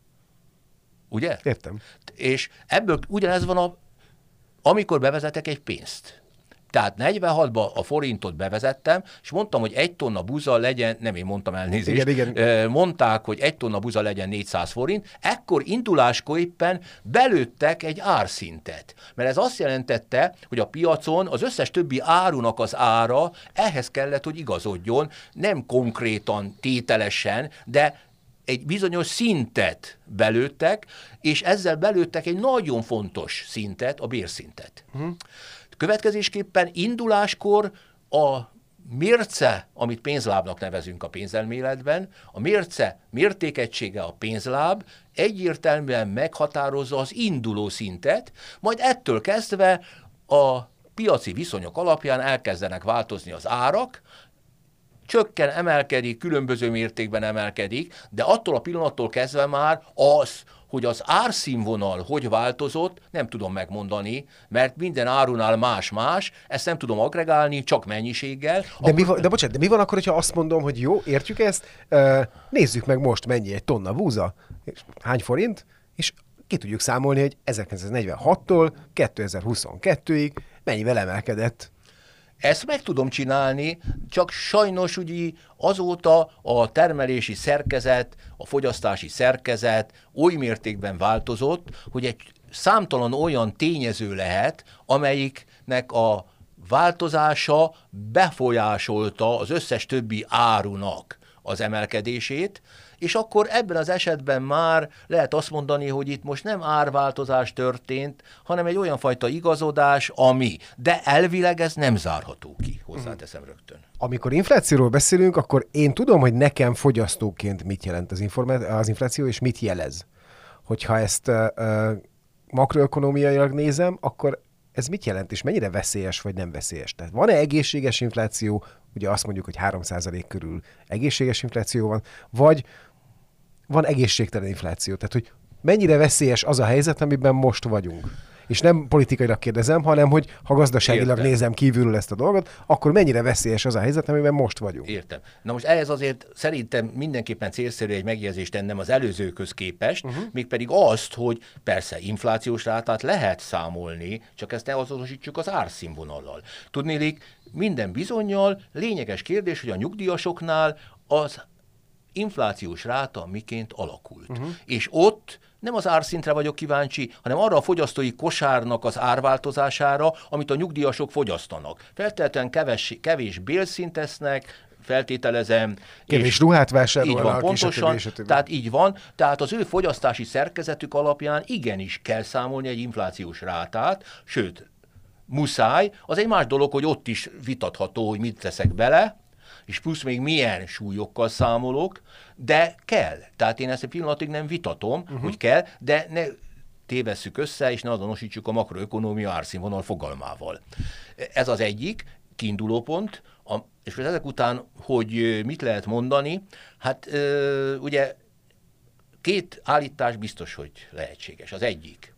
[SPEAKER 3] Ugye?
[SPEAKER 2] Értem.
[SPEAKER 3] És ebből ugyanez van, a, amikor bevezetek egy pénzt. Tehát negyvenhatban a forintot bevezettem, és mondtam, hogy egy tonna buza legyen, nem én mondtam, elnézést,
[SPEAKER 2] igen, igen.
[SPEAKER 3] mondták, hogy egy tonna buza legyen négyszáz forint, ekkor induláskor éppen belőttek egy árszintet. Mert ez azt jelentette, hogy a piacon az összes többi árunak az ára ehhez kellett, hogy igazodjon, nem konkrétan, tételesen, de egy bizonyos szintet belőttek, és ezzel belőttek egy nagyon fontos szintet, a bérszintet. Uh-huh. Következésképpen induláskor a mérce, amit pénzlábnak nevezünk a pénzelméletben, a mérce mértékegysége a pénzláb egyértelműen meghatározza az induló szintet, majd ettől kezdve a piaci viszonyok alapján elkezdenek változni az árak, csökken, emelkedik, különböző mértékben emelkedik, de attól a pillanattól kezdve már az, hogy az árszínvonal hogy változott, nem tudom megmondani, mert minden árunál más-más, ezt nem tudom agregálni, csak mennyiséggel.
[SPEAKER 2] De,
[SPEAKER 3] akkor...
[SPEAKER 2] mi van, de bocsánat, de mi van akkor, hogyha azt mondom, hogy jó, értjük ezt, nézzük meg most mennyi egy tonna búza, és hány forint, és ki tudjuk számolni, hogy ezerkilencszáznegyvenhattól kétezer-huszonkettőig mennyivel emelkedett.
[SPEAKER 3] Ezt meg tudom csinálni, csak sajnos ugye azóta a termelési szerkezet, a fogyasztási szerkezet oly mértékben változott, hogy egy számtalan olyan tényező lehet, amelyiknek a változása befolyásolta az összes többi árunak az emelkedését, és akkor ebben az esetben már lehet azt mondani, hogy itt most nem árváltozás történt, hanem egy olyan fajta igazodás, ami, de elvileg ez nem zárható ki, hozzáteszem rögtön.
[SPEAKER 2] Amikor inflációról beszélünk, akkor én tudom, hogy nekem fogyasztóként mit jelent az, informá- az infláció, és mit jelez. Hogyha ezt uh, uh, makroökonómiailag nézem, akkor ez mit jelent, és mennyire veszélyes, vagy nem veszélyes? Tehát van-e egészséges infláció, ugye azt mondjuk, hogy három százalék körül egészséges infláció van, vagy van egészségtelen infláció. Tehát, hogy mennyire veszélyes az a helyzet, amiben most vagyunk. És nem politikailag kérdezem, hanem, hogy ha gazdaságilag Értem. nézem kívülről ezt a dolgot, akkor mennyire veszélyes az a helyzet, amiben most vagyunk.
[SPEAKER 3] Értem. Na most ehhez azért szerintem mindenképpen célszerű egy megjegyzést tennem az előzőkhöz képest, uh-huh. mégpedig azt, hogy persze inflációs rátát lehet számolni, csak ezt ne azonosítsuk az árszínvonallal. Tudnélik, minden bizonnyal lényeges kérdés, hogy a nyugdíjasoknál az inflációs ráta miként alakult. Uh-huh. És ott nem az árszintre vagyok kíváncsi, hanem arra a fogyasztói kosárnak az árváltozására, amit a nyugdíjasok fogyasztanak. Feltétlenül kevés, kevés bélszint esznek, feltételezem.
[SPEAKER 2] Kevés ruhát vásárolnak.
[SPEAKER 3] Így van, pontosan. Tehát így van. Tehát az ő fogyasztási szerkezetük alapján igenis kell számolni egy inflációs rátát, sőt, muszáj. Az egy más dolog, hogy ott is vitatható, hogy mit teszek bele, és plusz még milyen súlyokkal számolok, de kell. Tehát én ezt egy pillanatig nem vitatom, uh-huh. hogy kell, de ne tévesszük össze, és ne azonosítsuk a makroökonómia árszínvonal fogalmával. Ez az egyik kiinduló pont, a, és ezek után, hogy mit lehet mondani, hát ö, ugye két állítás biztos, hogy lehetséges. Az egyik,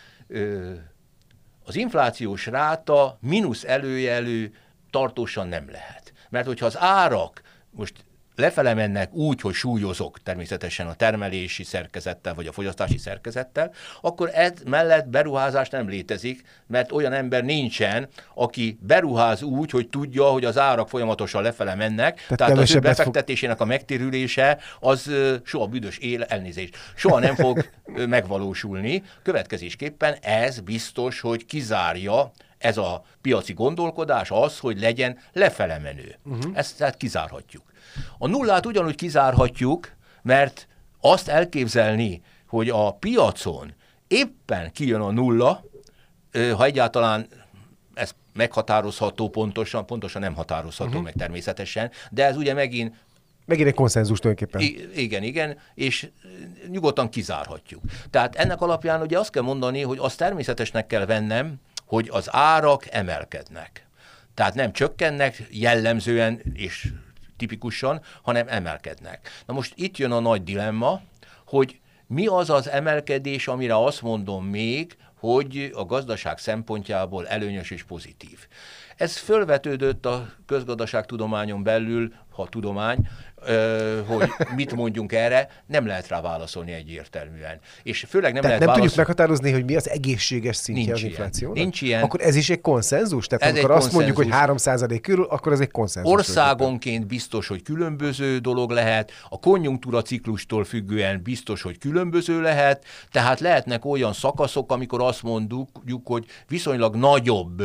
[SPEAKER 3] ö, az inflációs ráta mínusz előjelű tartósan nem lehet. Mert hogyha az árak most lefele mennek úgy, hogy súlyozok természetesen a termelési szerkezettel, vagy a fogyasztási szerkezettel, akkor ez mellett beruházás nem létezik, mert olyan ember nincsen, aki beruház úgy, hogy tudja, hogy az árak folyamatosan lefele mennek, tehát, tehát az ő befektetésének a megtérülése az soha büdös él, elnézést, soha nem fog megvalósulni. Következésképpen ez biztos, hogy kizárja ez a piaci gondolkodás az, hogy legyen lefele menő. Uh-huh. Ezt tehát kizárhatjuk. A nullát ugyanúgy kizárhatjuk, mert azt elképzelni, hogy a piacon éppen kijön a nulla, ha egyáltalán ez meghatározható pontosan, pontosan nem határozható uh-huh. meg természetesen, de ez ugye megint
[SPEAKER 2] Megint egy konszenzus tulajdonképpen.
[SPEAKER 3] I- igen, igen, és nyugodtan kizárhatjuk. Tehát ennek alapján ugye azt kell mondani, hogy azt természetesnek kell vennem, hogy az árak emelkednek. Tehát nem csökkennek jellemzően és tipikusan, hanem emelkednek. Na most itt jön a nagy dilemma, hogy mi az az emelkedés, amire azt mondom még, hogy a gazdaság szempontjából előnyös és pozitív. Ez fölvetődött a közgazdaságtudományon belül, ha tudomány, hogy mit mondjunk erre, nem lehet rá válaszolni egyértelműen. És főleg nem
[SPEAKER 2] Tehát
[SPEAKER 3] lehet
[SPEAKER 2] nem
[SPEAKER 3] válaszol...
[SPEAKER 2] tudjuk meghatározni, hogy mi az egészséges szintje
[SPEAKER 3] nincs
[SPEAKER 2] az
[SPEAKER 3] ilyen.
[SPEAKER 2] inflációnak?
[SPEAKER 3] Nincs ilyen.
[SPEAKER 2] Akkor ez is egy konszenzus? Tehát
[SPEAKER 3] ez
[SPEAKER 2] amikor
[SPEAKER 3] egy
[SPEAKER 2] azt
[SPEAKER 3] konszenzus.
[SPEAKER 2] mondjuk, hogy három százalék körül, akkor ez egy konszenzus.
[SPEAKER 3] Országonként biztos, hogy különböző dolog lehet, a konjunktúra ciklustól függően biztos, hogy különböző lehet, tehát lehetnek olyan szakaszok, amikor azt mondjuk, hogy viszonylag nagyobb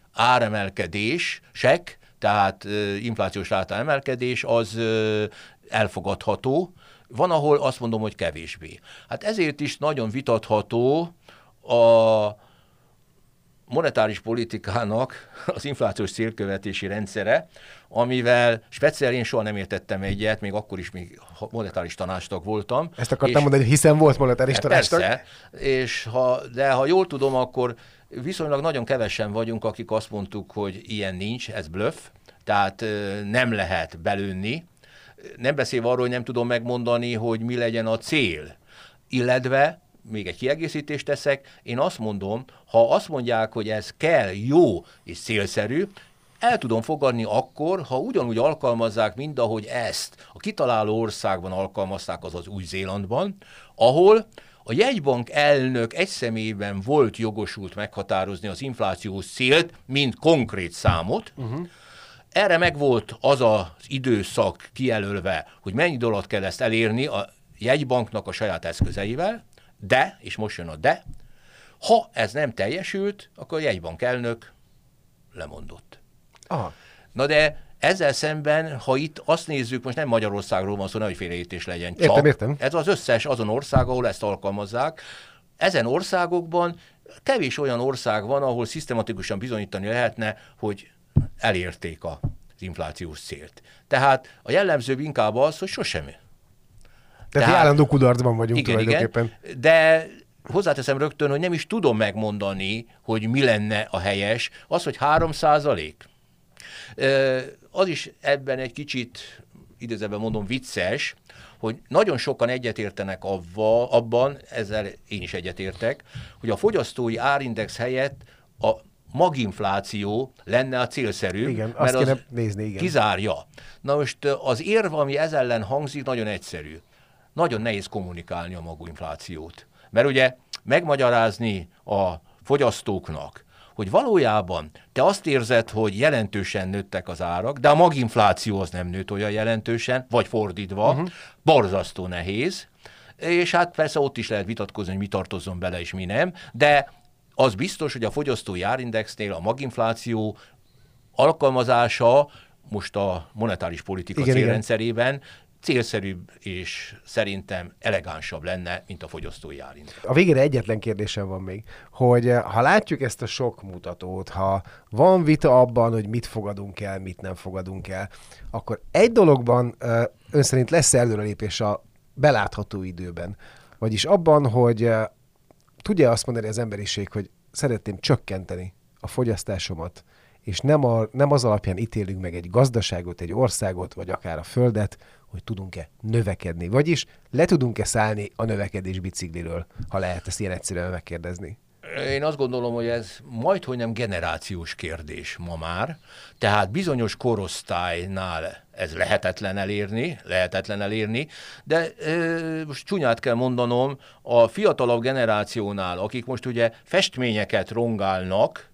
[SPEAKER 3] áremelkedések, tehát uh, inflációs ráta emelkedés, az uh, elfogadható. Van, ahol azt mondom, hogy kevésbé. Hát ezért is nagyon vitatható a monetáris politikának az inflációs célkövetési rendszere, amivel speciál én soha nem értettem egyet, még akkor is még monetáris tanácstag voltam.
[SPEAKER 2] Ezt akartam és, mondani, hiszen volt monetáris tanácstag.
[SPEAKER 3] Persze, és ha, de ha jól tudom, akkor viszonylag nagyon kevesen vagyunk, akik azt mondtuk, hogy ilyen nincs, ez bluff, tehát nem lehet belőni. Nem beszélve arról, hogy nem tudom megmondani, hogy mi legyen a cél. Illetve, még egy kiegészítést teszek, én azt mondom, ha azt mondják, hogy ez kell, jó és célszerű, el tudom fogadni akkor, ha ugyanúgy alkalmazzák, mint ahogy ezt a kitaláló országban alkalmazták, azaz Új-Zélandban, ahol a jegybank elnök egy személyben volt jogosult meghatározni az inflációs célt, mint konkrét számot. Uh-huh. Erre meg volt az az időszak kijelölve, hogy mennyi idő alatt kell ezt elérni a jegybanknak a saját eszközeivel, de, és most jön a de, ha ez nem teljesült, akkor a jegybank elnök lemondott.
[SPEAKER 2] Aha.
[SPEAKER 3] Na de ezzel szemben, ha itt azt nézzük, most nem Magyarországról van szó, nehogy félreértés legyen, csak
[SPEAKER 2] értem, értem.
[SPEAKER 3] ez az összes azon ország, ahol ezt alkalmazzák. Ezen országokban kevés olyan ország van, ahol szisztematikusan bizonyítani lehetne, hogy elérték az inflációs célt. Tehát a jellemző inkább az, hogy sosem.
[SPEAKER 2] Tehát, Tehát állandó kudarcban vagyunk
[SPEAKER 3] igen,
[SPEAKER 2] tulajdonképpen.
[SPEAKER 3] Igen, de hozzáteszem rögtön, hogy nem is tudom megmondani, hogy mi lenne a helyes. Az, hogy három százalék, az is ebben egy kicsit, idézőben mondom, vicces, hogy nagyon sokan egyetértenek avva, abban, ezzel én is egyetértek, hogy a fogyasztói árindex helyett a maginfláció lenne a célszerű,
[SPEAKER 2] igen,
[SPEAKER 3] mert
[SPEAKER 2] azt
[SPEAKER 3] az
[SPEAKER 2] kéne nézni, igen.
[SPEAKER 3] kizárja. Na most az érv, ami ez ellen hangzik, nagyon egyszerű. Nagyon nehéz kommunikálni a maginflációt. Mert ugye megmagyarázni a fogyasztóknak, hogy valójában te azt érzed, hogy jelentősen nőttek az árak, de a maginfláció az nem nőtt olyan jelentősen, vagy fordítva, uh-huh. borzasztó nehéz, és hát persze ott is lehet vitatkozni, hogy mi tartozzon bele és mi nem, de az biztos, hogy a fogyasztói árindexnél a maginfláció alkalmazása most a monetáris politika igen, célrendszerében igen. célszerűbb és szerintem elegánsabb lenne, mint a fogyasztói árindex.
[SPEAKER 2] A végére egyetlen kérdésem van még, hogy ha látjuk ezt a sok mutatót, ha van vita abban, hogy mit fogadunk el, mit nem fogadunk el, akkor egy dologban ön szerint lesz előrelépés a belátható időben. Vagyis abban, hogy tudja azt mondani az emberiség, hogy szeretném csökkenteni a fogyasztásomat, és nem, a, nem az alapján ítélünk meg egy gazdaságot, egy országot, vagy akár a földet, hogy tudunk-e növekedni. Vagyis le tudunk-e szállni a növekedés bicikliről, ha lehet ezt ilyen egyszerűen megkérdezni.
[SPEAKER 3] Én azt gondolom, hogy ez majdhogy nem generációs kérdés ma már, tehát bizonyos korosztálynál ez lehetetlen elérni, lehetetlen elérni, de e, most csúnyát kell mondanom, a fiatalabb generációnál, akik most ugye festményeket rongálnak,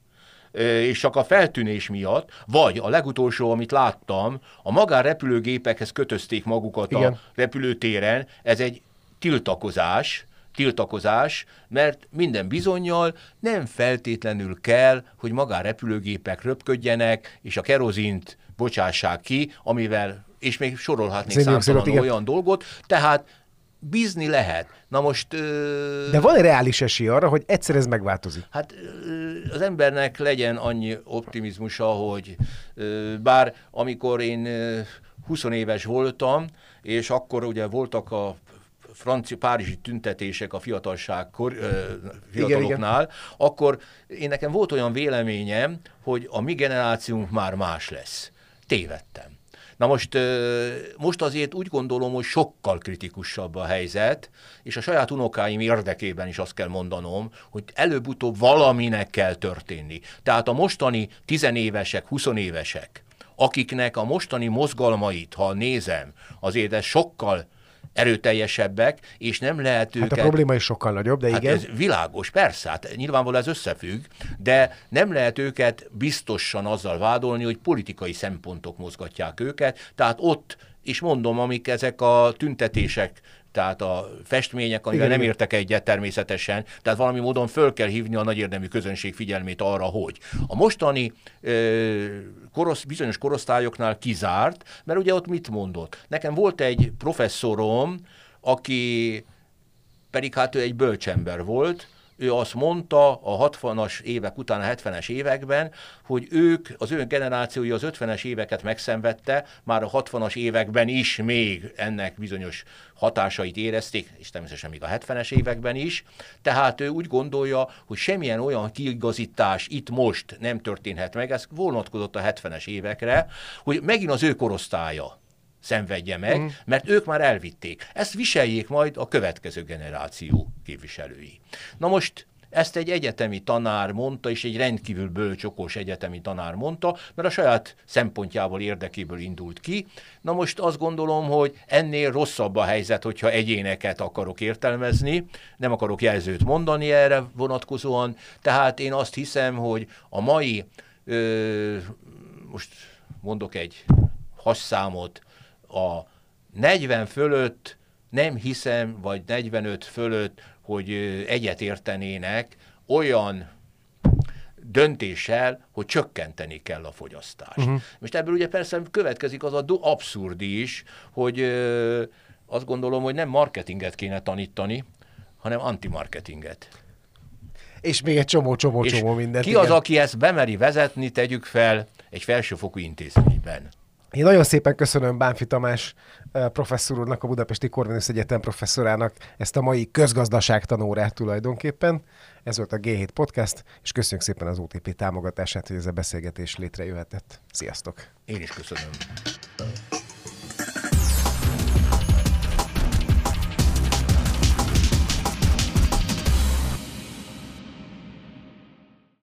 [SPEAKER 3] és csak a feltűnés miatt, vagy a legutolsó, amit láttam, a magánrepülőgépekhez kötözték magukat igen. a repülőtéren, ez egy tiltakozás, tiltakozás, mert minden bizonnyal nem feltétlenül kell, hogy magánrepülőgépek röpködjenek, és a kerozint bocsássák ki, amivel, és még sorolhatnék számtalan olyan dolgot, tehát bízni lehet. Na most... Ö...
[SPEAKER 2] De van-e reális esély arra, hogy egyszer ez megváltozik?
[SPEAKER 3] Hát ö, az embernek legyen annyi optimizmusa, hogy ö, bár amikor én ö, húsz éves voltam, és akkor ugye voltak a francia, párizsi tüntetések a fiatalság kor, ö, fiataloknál, igen, igen. akkor én nekem volt olyan véleményem, hogy a mi generációnk már más lesz. Tévedtem. Na most, most azért úgy gondolom, hogy sokkal kritikusabb a helyzet, és a saját unokáim érdekében is azt kell mondanom, hogy előbb-utóbb valaminek kell történni. Tehát a mostani tizenévesek, huszonévesek, akiknek a mostani mozgalmait, ha nézem, azért ez sokkal erőteljesebbek, és nem lehet őket...
[SPEAKER 2] Hát a probléma is sokkal nagyobb, de
[SPEAKER 3] hát
[SPEAKER 2] igen.
[SPEAKER 3] Ez világos, persze, hát nyilvánvalóan ez összefügg, de nem lehet őket biztosan azzal vádolni, hogy politikai szempontok mozgatják őket, tehát ott, és mondom, amik ezek a tüntetések, tehát a festmények, amivel igen, nem értek egyet természetesen, tehát valami módon föl kell hívni a nagy érdemű közönség figyelmét arra, hogy a mostani ö, korosz, bizonyos korosztályoknál kizárt, mert ugye ott mit mondott? Nekem volt egy professzorom, aki pedig hát ő egy bölcsember volt, ő azt mondta a hatvanas évek után, a hetvenes években, hogy ők, az ő generációja az ötvenes éveket megszenvedte, már a hatvanas években is még ennek bizonyos hatásait érezték, és természetesen még a hetvenes években is. Tehát ő úgy gondolja, hogy semmilyen olyan kiigazítás itt most nem történhet meg, ez vonatkozott a hetvenes évekre, hogy megint az ő korosztálya szenvedje meg, mm. mert ők már elvitték. Ezt viseljék majd a következő generáció képviselői. Na most ezt egy egyetemi tanár mondta, és egy rendkívül bölcs, okos egyetemi tanár mondta, mert a saját szempontjából, érdekéből indult ki. Na most azt gondolom, hogy ennél rosszabb a helyzet, hogyha egyéneket akarok értelmezni, nem akarok jelzőt mondani erre vonatkozóan, tehát én azt hiszem, hogy a mai, ö, most mondok egy hasszámot, a negyven fölött nem hiszem, vagy negyvenöt fölött, hogy egyet értenének olyan döntéssel, hogy csökkenteni kell a fogyasztást. Uh-huh. Most ebből ugye persze következik az a abszurd is, hogy ö, azt gondolom, hogy nem marketinget kéne tanítani, hanem antimarketinget.
[SPEAKER 2] És még egy csomó-csomó-csomó mindent.
[SPEAKER 3] Ki igen. az, aki ezt bemeri vezetni, tegyük fel egy felsőfokú intézményben.
[SPEAKER 2] Én nagyon szépen köszönöm Bánffy Tamás professzor úrnak, a Budapesti Corvinus Egyetem professzorának ezt a mai közgazdaságtanórát tulajdonképpen. Ez volt a gé hét Podcast, és köszönjük szépen az o té pé támogatását, hogy ez a beszélgetés létrejöhetett. Sziasztok!
[SPEAKER 3] Én is köszönöm.